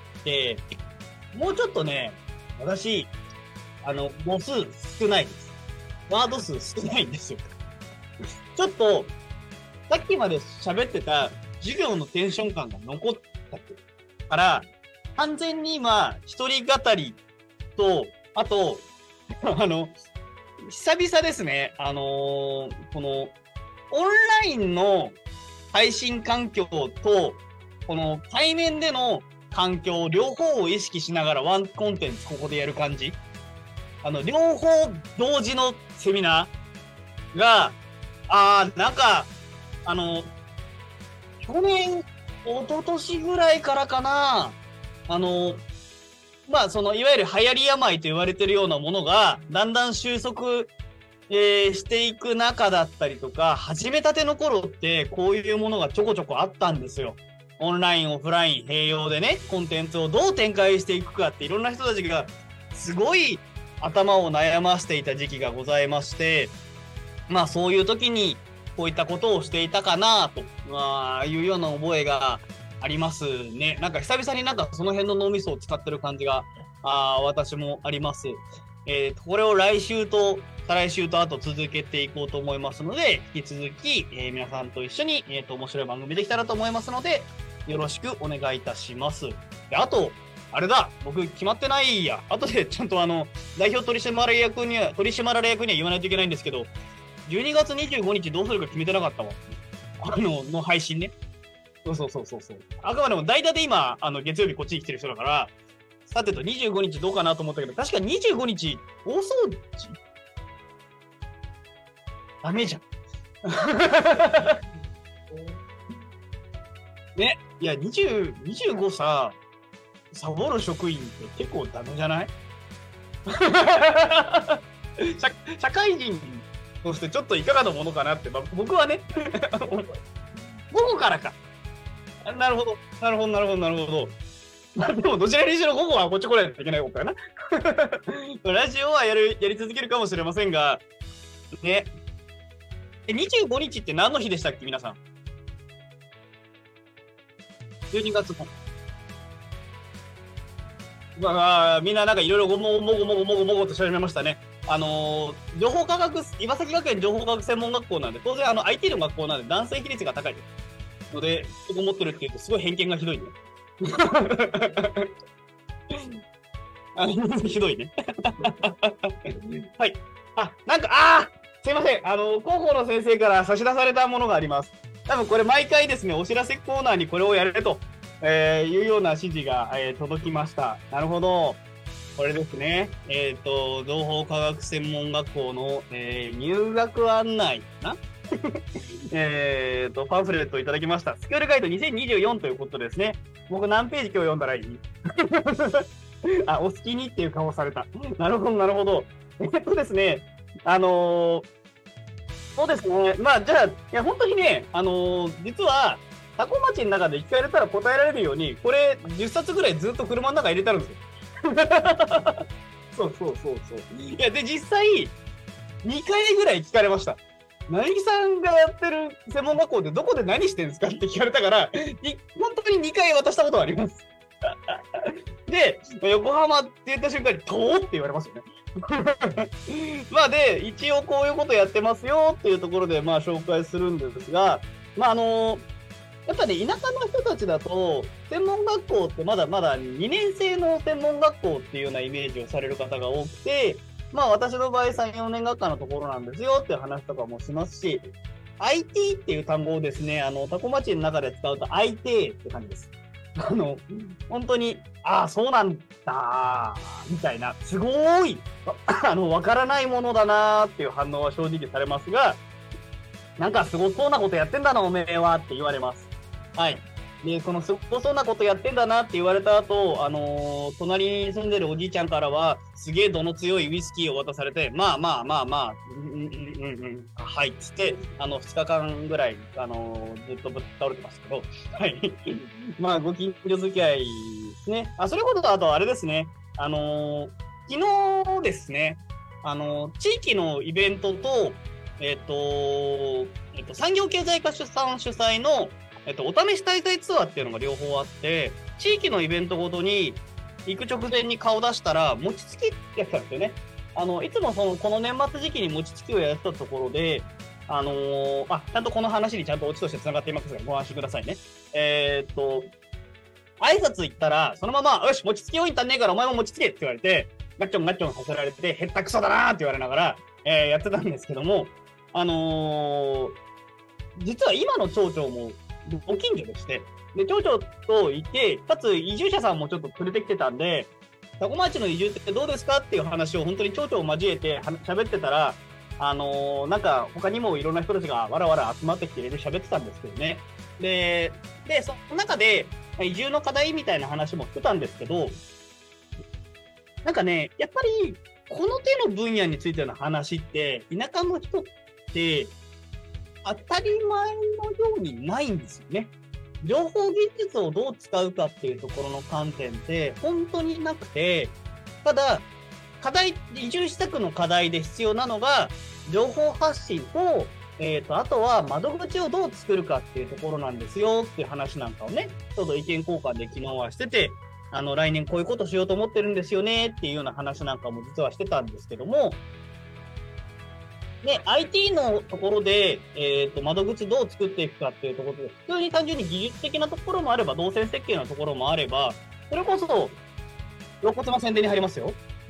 もうちょっとね、私、語数少ないです。ワード数少ないんですよ。ちょっと、さっきまで喋ってた授業のテンション感が残ったから、完全に今、一人語りと、あと、久々ですね、この、オンラインの配信環境と、この対面での環境、両方を意識しながらワンコンテンツここでやる感じ。両方同時のセミナーが、なんか、去年、一昨年ぐらいからかな、まあ、いわゆる流行り病と言われてるようなものが、だんだん収束、していく中だったりとか、始めたての頃って、こういうものがちょこちょこあったんですよ。オンライン、オフライン、併用でね、コンテンツをどう展開していくかって、いろんな人たちが、すごい頭を悩ませていた時期がございまして、まあ、そういう時に、こういったことをしていたかなと、いうような覚えがありますね。なんか久々になんかその辺の脳みそを使ってる感じが、私もあります。これを来週と再来週とあと続けていこうと思いますので、引き続き、皆さんと一緒に、面白い番組できたらと思いますので、よろしくお願いいたします。で、あと、あれだ、僕決まってないや。後でちゃんと代表取締役には言わないといけないんですけど、12月25日どうするか決めてなかったわ。の配信ね。そう。あくまでも代打で今、月曜日こっちに来てる人だから、さてと25日どうかなと思ったけど、確か25日、大掃除ダメじゃん。ね、いや、25さ、サボる職員って結構ダメじゃない？社会人としてちょっといかがなものかなって、まあ、僕はね、午後からか。なるほど。まあ、でも、どちらにしろ午後はこっち来ないといけないことかな。ラジオはやり続けるかもしれませんが、ね。25日って何の日でしたっけ、皆さん。12月の。みんななんかいろいろもごとし始めましたね。岩崎学園情報科学専門学校なんで、当然IT の学校なんで男性比率が高いので、そこ持ってるっていうとすごい偏見がひどいね。ひどいね。はい。すいません。広報の先生から差し出されたものがあります。多分これ毎回ですね、お知らせコーナーにこれをやれと、いうような指示が、届きました。なるほど。これですね。情報科学専門学校の、入学案内かなパンフレットをいただきました。スクールガイド2024ということですね。僕何ページ今日読んだらいいお好きにっていう顔された。なるほど。ですね。 そうですね。まあ、じゃあ、いや、本当にね、実は、タコ町の中で聞かれたら答えられるように、これ、10冊ぐらいずっと車の中入れてあるんですよ。そうそうそうそう。いや、で、実際、2回ぐらい聞かれました。なぎさんがやってる専門学校でどこで何してんですかって聞かれたから、本当に2回渡したことはあります。で、横浜って言った瞬間に、遠って言われますよね。まあで、一応こういうことやってますよっていうところで、まあ紹介するんですが、まあやっぱね、田舎の人たちだと、専門学校ってまだまだ2年生の専門学校っていうようなイメージをされる方が多くて、まあ私の場合3、4年学科のところなんですよっていう話とかもしますし、IT っていう単語をですね、タコ町の中で使うと IT って感じです。本当に、ああ、そうなんだ、みたいな、すごい、わからないものだなっていう反応は正直されますが、なんかすごそうなことやってんだな、おめえはって言われます。はい。で、そのすごそうなことやってんだなって言われた後、隣に住んでるおじいちゃんからは、すげえ度の強いウイスキーを渡されて、まあまあまあまあ、はいっつって、2日間ぐらい、ずっとぶっ倒れてますけど、はい。まあ、ご近所付き合いですね。それほど、あとあれですね、昨日ですね、地域のイベントと、産業経済課さん主催の、お試し滞在ツアーっていうのが両方あって、地域のイベントごとに行く直前に顔出したら、餅つきやってたんですよね。いつもこの年末時期に餅つきをやってたところで、ちゃんとこの話にちゃんとオチとして繋がっていますが、ご安心くださいね。挨拶行ったら、そのまま、よし、餅つき要員足んねえからお前も餅つけって言われて、ガッチョンガッチョンさせられて、へったくそだなーって言われながら、やってたんですけども、実は今の町長もご近所でして、で、町長といて、かつ移住者さんもちょっと連れてきてたんで、タコ町の移住ってどうですかっていう話を本当に町長を交えて喋ってたら、なんか他にもいろんな人たちがわらわら集まってきていろいろ喋ってたんですけどね。で、その中で移住の課題みたいな話もしてたんですけど、なんかね、やっぱりこの手の分野についての話って、田舎の人って当たり前のようにないんですよね。情報技術をどう使うかっていうところの観点って本当になくて、ただ、移住施策の課題で必要なのが、情報発信と、あとは窓口をどう作るかっていうところなんですよっていう話なんかをね、ちょうど意見交換で昨日はしてて、来年こういうことしようと思ってるんですよねっていうような話なんかも実はしてたんですけども、で、IT のところで、窓口どう作っていくかっていうところで、普通に単純に技術的なところもあれば、動線設計のところもあれば、それこそ、露骨な宣伝に入りますよ。ウ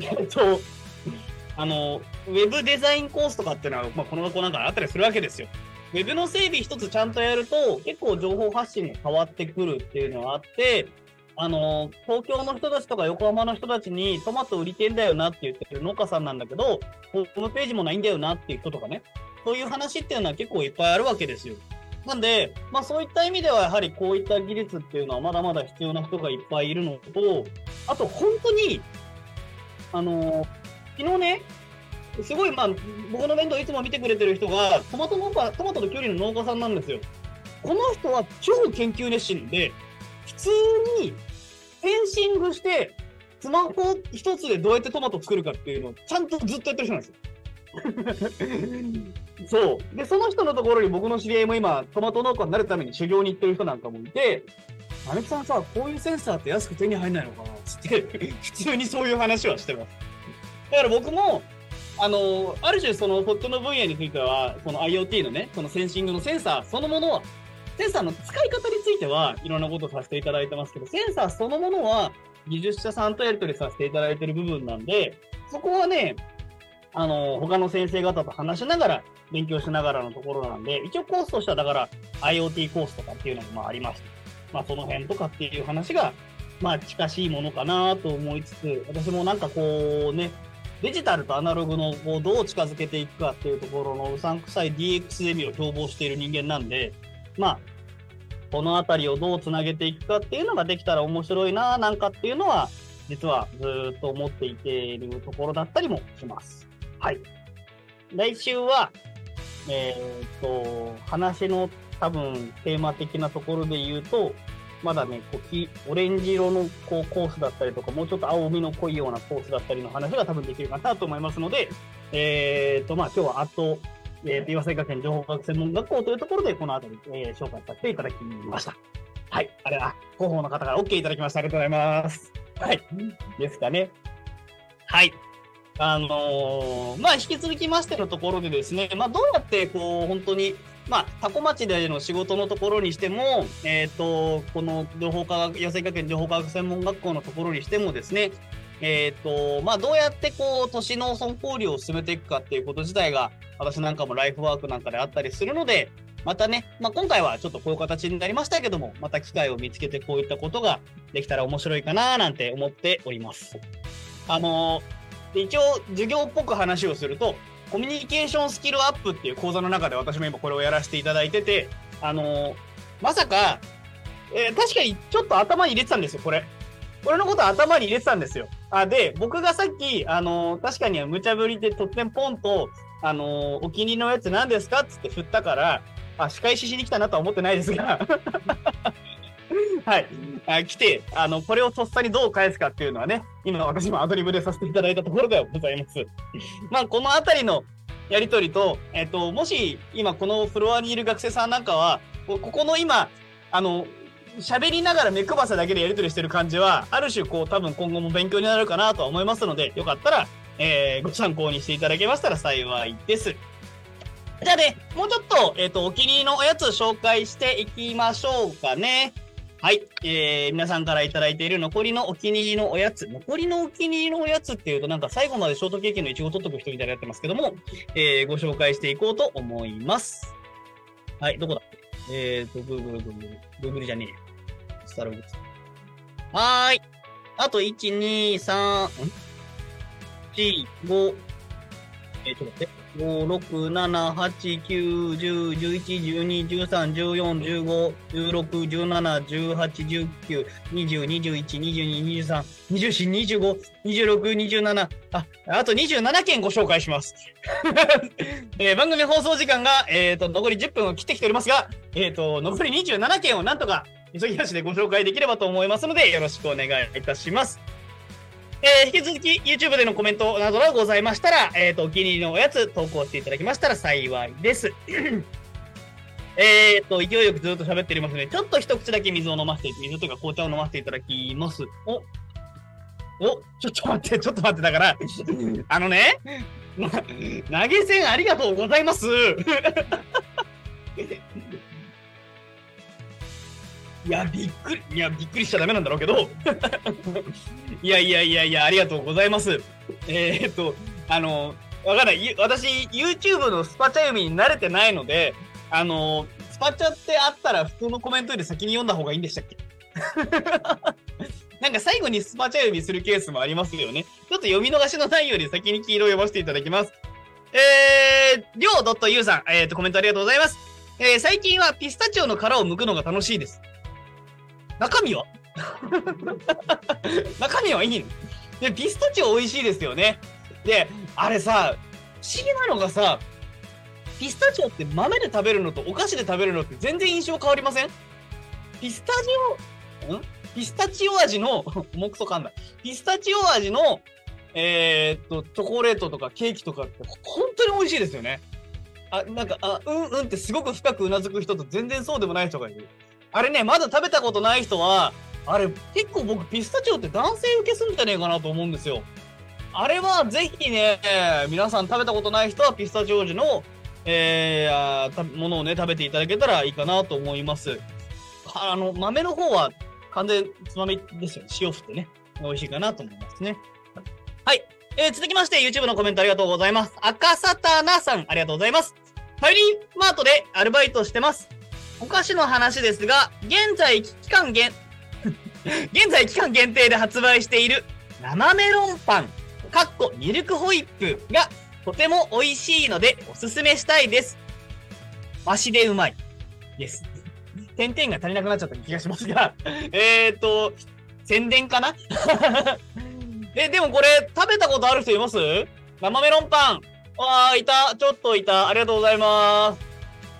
ェブデザインコースとかっていうのは、まあ、この学校なんかあったりするわけですよ。ウェブの整備一つちゃんとやると、結構情報発信が変わってくるっていうのがあって、東京の人たちとか横浜の人たちにトマト売りてんだよなって言ってる農家さんなんだけど、ホームページもないんだよなっていう人とかね、そういう話っていうのは結構いっぱいあるわけですよ。なんで、まあそういった意味ではやはりこういった技術っていうのはまだまだ必要な人がいっぱいいるのと、あと本当に、昨日ね、すごいまあ僕の面倒いつも見てくれてる人がトマトとキュウリの農家さんなんですよ。この人は超研究熱心で、普通にフェンシングして、スマホ一つでどうやってトマト作るかっていうのをちゃんとずっとやってる人なんですよ。そう。で、その人のところに僕の知り合いも今、トマト農家になるために修行に行ってる人なんかもいて、あめきさんさ、こういうセンサーって安く手に入んないのかなつって、普通にそういう話はしてます。だから僕も、ある種そのホットの分野については、その IoT のね、そのセンシングのセンサーそのものは、センサーの使い方についてはいろんなことをさせていただいてますけど、センサーそのものは技術者さんとやり取りさせていただいている部分なんで、そこはね、他の先生方と話しながら、勉強しながらのところなんで、一応コースとしてはだから IoT コースとかっていうのもまあありまして、まあその辺とかっていう話が、まあ近しいものかなと思いつつ、私もなんかこうね、デジタルとアナログのこうどう近づけていくかっていうところのうさんくさい DX エビを標榜している人間なんで、まあ、このあたりをどうつなげていくかっていうのができたら面白いななんかっていうのは、実はずっと思っていているところだったりもします。はい。来週は、 話の多分テーマ的なところで言うと、まだね、オレンジ色のコースだったりとか、もうちょっと青みの濃いようなコースだったりの話が多分できるかなと思いますので、今日は岩瀬学園情報学専門学校というところで、この後に、紹介させていただきました。はい。広報の方から OK いただきました。ありがとうございます。はい。ですかね。はい。引き続きましてのところでですね、どうやって本当に多古町での仕事のところにしても、この岩瀬学園情報科学専門学校のところにしてもですね、どうやって都市農村交流を進めていくかっていうこと自体が、私なんかもライフワークなんかであったりするので、またね、今回はちょっとこういう形になりましたけども、また機会を見つけてこういったことができたら面白いかななんて思っております。一応授業っぽく話をすると、コミュニケーションスキルアップっていう講座の中で私も今これをやらせていただいてて、まさか、確かにちょっと頭に入れてたんですよ、これのこと頭に入れてたんですよ。で、僕がさっき、確かに無茶ぶりで突然ポンと、お気に入りのやつ何ですかっつって振ったから、仕返ししに来たなとは思ってないですが、はい。来て、これをとっさにどう返すかっていうのはね、今私もアドリブでさせていただいたところではございます。このあたりのやりとりと、もし今このフロアにいる学生さんなんかは、ここの今、喋りながら目くばせだけでやりとりしてる感じは、ある種多分今後も勉強になるかなとは思いますので、よかったら、ご参考にしていただけましたら幸いです。じゃあね、もうちょっと、お気に入りのおやつ紹介していきましょうかね。はい。皆さんからいただいている残りのお気に入りのおやつ。残りのお気に入りのおやつっていうと、なんか最後までショートケーキのイチゴ取っとく人みたいなやってますけども、ご紹介していこうと思います。はい、どこだGoogle じゃねえよ。スタログ。はーい。あと、1、2、3、4、5、ちょっと待って。5、6、7、8、9、10、11、12、13、14、15、16、17、18、19、20、21、22、23、24、25、26、27、あと27件ご紹介します。番組放送時間が、残り10分を切ってきておりますが、残り27件をなんとか急ぎ足でご紹介できればと思いますので、よろしくお願いいたします。引き続き YouTube でのコメントなどがございましたら、お気に入りのおやつ投稿していただきましたら幸いです。勢いよくずっと喋っておりますので、ちょっと一口だけ水というか紅茶を飲ませていただきます。ちょっと待って、だから、投げ銭ありがとうございます。びっくりしちゃダメなんだろうけど。いや、ありがとうございます。わかんない。私、YouTube のスパチャ読みに慣れてないので、スパチャってあったら普通のコメントより先に読んだ方がいいんでしたっけ？なんか最後にスパチャ読みするケースもありますよね。ちょっと読み逃しのないように先に黄色を読ませていただきます。りょう .ゆうさん、コメントありがとうございます。最近はピスタチオの殻を剥くのが楽しいです。中身はいいの？で、ピスタチオ美味しいですよね。で、あれさ、不思議なのがさ、ピスタチオって豆で食べるのとお菓子で食べるのって全然印象変わりません？ピスタチオ味の、もうくそ噛んだ。ピスタチオ味の、チョコレートとかケーキとかって本当に美味しいですよね。ってすごく深くうなずく人と全然そうでもない人がいる。あれね、まだ食べたことない人は、あれ結構僕ピスタチオって男性受けするんじゃねえかなと思うんですよ。あれはぜひね、皆さん食べたことない人はピスタチオ味の、ものをね、食べていただけたらいいかなと思います。豆の方は完全つまみですよね。塩振ってね。美味しいかなと思いますね。はい。続きまして、YouTube のコメントありがとうございます。赤サタナさん、ありがとうございます。ファミリーマートでアルバイトしてます。お菓子の話ですが、現在期間限定で発売している生メロンパン、ミルクホイップがとても美味しいのでおすすめしたいです。マシでうまいです。点々が足りなくなっちゃった気がしますが、宣伝かなでもこれ食べたことある人います？生メロンパン。 いた。ちょっといた。ありがとうございます。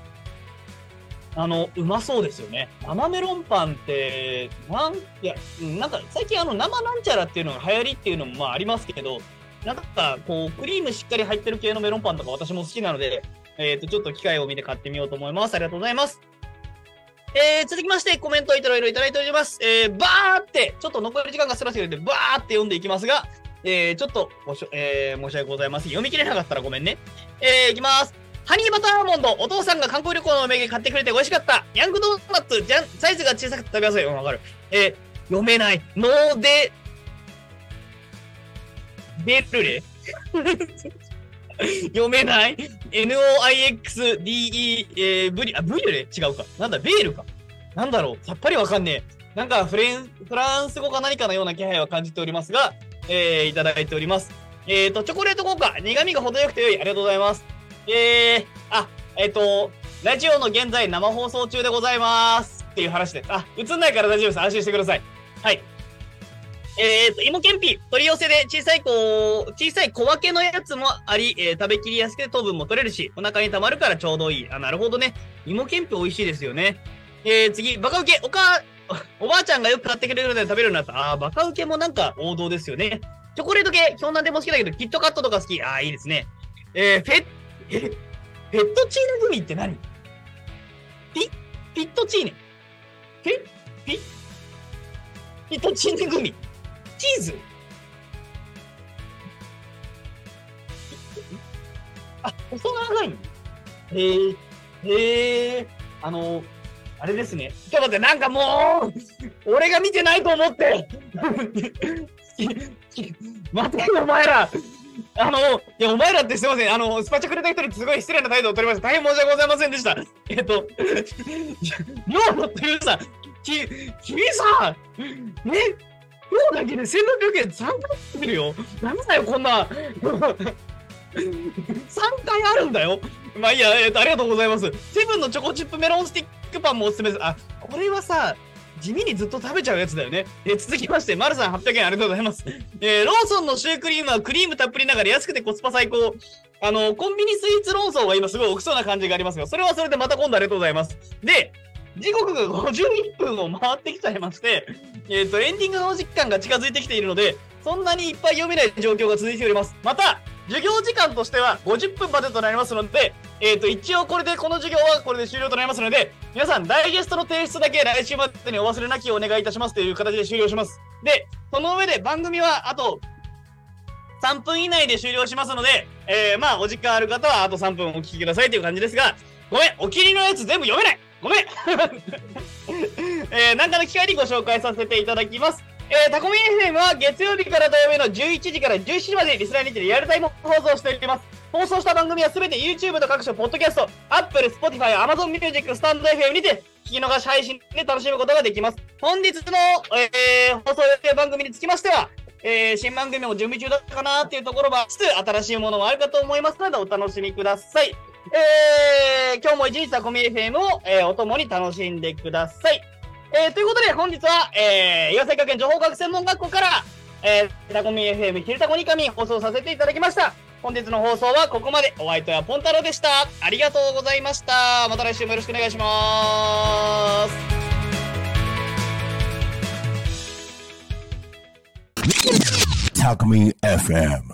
うまそうですよね。生メロンパンって、なんか最近生なんちゃらっていうのが流行りっていうのもまあありますけど、なんかこう、クリームしっかり入ってる系のメロンパンとか私も好きなので、ちょっと機会を見て買ってみようと思います。ありがとうございます。続きましてコメントいろいろいただいております。バーって、ちょっと残り時間が少なすぎるので、バーって読んでいきますが、ちょっと申し訳ございません。読み切れなかったらごめんね。いきます。ハニーバターアーモンド、お父さんが観光旅行のお土産買ってくれて美味しかった。ヤングドーナツ、サイズが小さくて食べやすい。わかる。読めない。ノーデ、ベルレ読めない。NOIXDE、ブリュレ違うか。なんだ、ベールか。なんだろう。さっぱりわかんねえ。なんかフランス語か何かのような気配は感じておりますが、いただいております。チョコレート効果、苦味が程よくて良い。ありがとうございます。ラジオの現在生放送中でございますっていう話です。映んないから大丈夫です。安心してください。はい。芋けんぴ、取り寄せで小さい小分けのやつもあり、食べきりやすくて糖分も取れるし、お腹に溜まるからちょうどいい。なるほどね。芋けんぴ美味しいですよね。次、バカウケ、おばあちゃんがよく買ってくれるので食べるようになった。バカウケもなんか王道ですよね。チョコレート系、基本なんでも好きだけど、キットカットとか好き。いいですね。フェットチーネグミって何？ピットチーネ。ピットチーネグミ。チーズ？細長いの？あれですね。ちょっと待って、なんかもう、俺が見てないと思って。待てよ、お前ら。いや、お前らってすいません。スパチャくれた人にすごい失礼な態度を取りました。大変申し訳ございませんでした。量のっていうさ、君さ、ね、量だけで1600円3回ってるよ。ダメだよ、こんな。3回あるんだよ。まあいいや、ありがとうございます。セブンのチョコチップメロンスティックパンもおすすめです。これはさ、地味にずっと食べちゃうやつだよね。続きまして、マルさん800円ありがとうございます。ローソンのシュークリームはクリームたっぷりながら安くてコスパ最高。コンビニスイーツ論争が今すごい起きそうな感じがありますが、それはそれでまた今度ありがとうございます。で、時刻が51分を回ってきちゃいまして、エンディングのお時間が近づいてきているので、そんなにいっぱい読めない状況が続いております。また、授業時間としては50分までとなりますので、一応この授業はこれで終了となりますので、皆さんダイジェストの提出だけ来週までにお忘れなきをお願いいたしますという形で終了します。で、その上で番組はあと3分以内で終了しますので、まあお時間ある方はあと3分お聞きくださいという感じですが、ごめん、お気に入りのやつ全部読めない。ごめん。なんかの機会にご紹介させていただきます。タコミ FM は月曜日から土曜日の11時から17時までリスナーにてリアルタイム放送しております。放送した番組はすべて YouTube と各種ポッドキャスト、Apple、Spotify、Amazon Music、スタンド FM にて聞き逃し配信で楽しむことができます。本日の、放送予定番組につきましては、新番組も準備中だったかなっていうところはつつ、新しいものもあるかと思いますのでお楽しみください。今日も一日タコミ FM を、お供に楽しんでください。ということで本日は、岩崎学園情報学専門学校から、タコミ FM ひるたこにかみ放送させていただきました。本日の放送はここまで。お相手はポンタロウでした。ありがとうございました。また来週もよろしくお願いします。 タコミ FM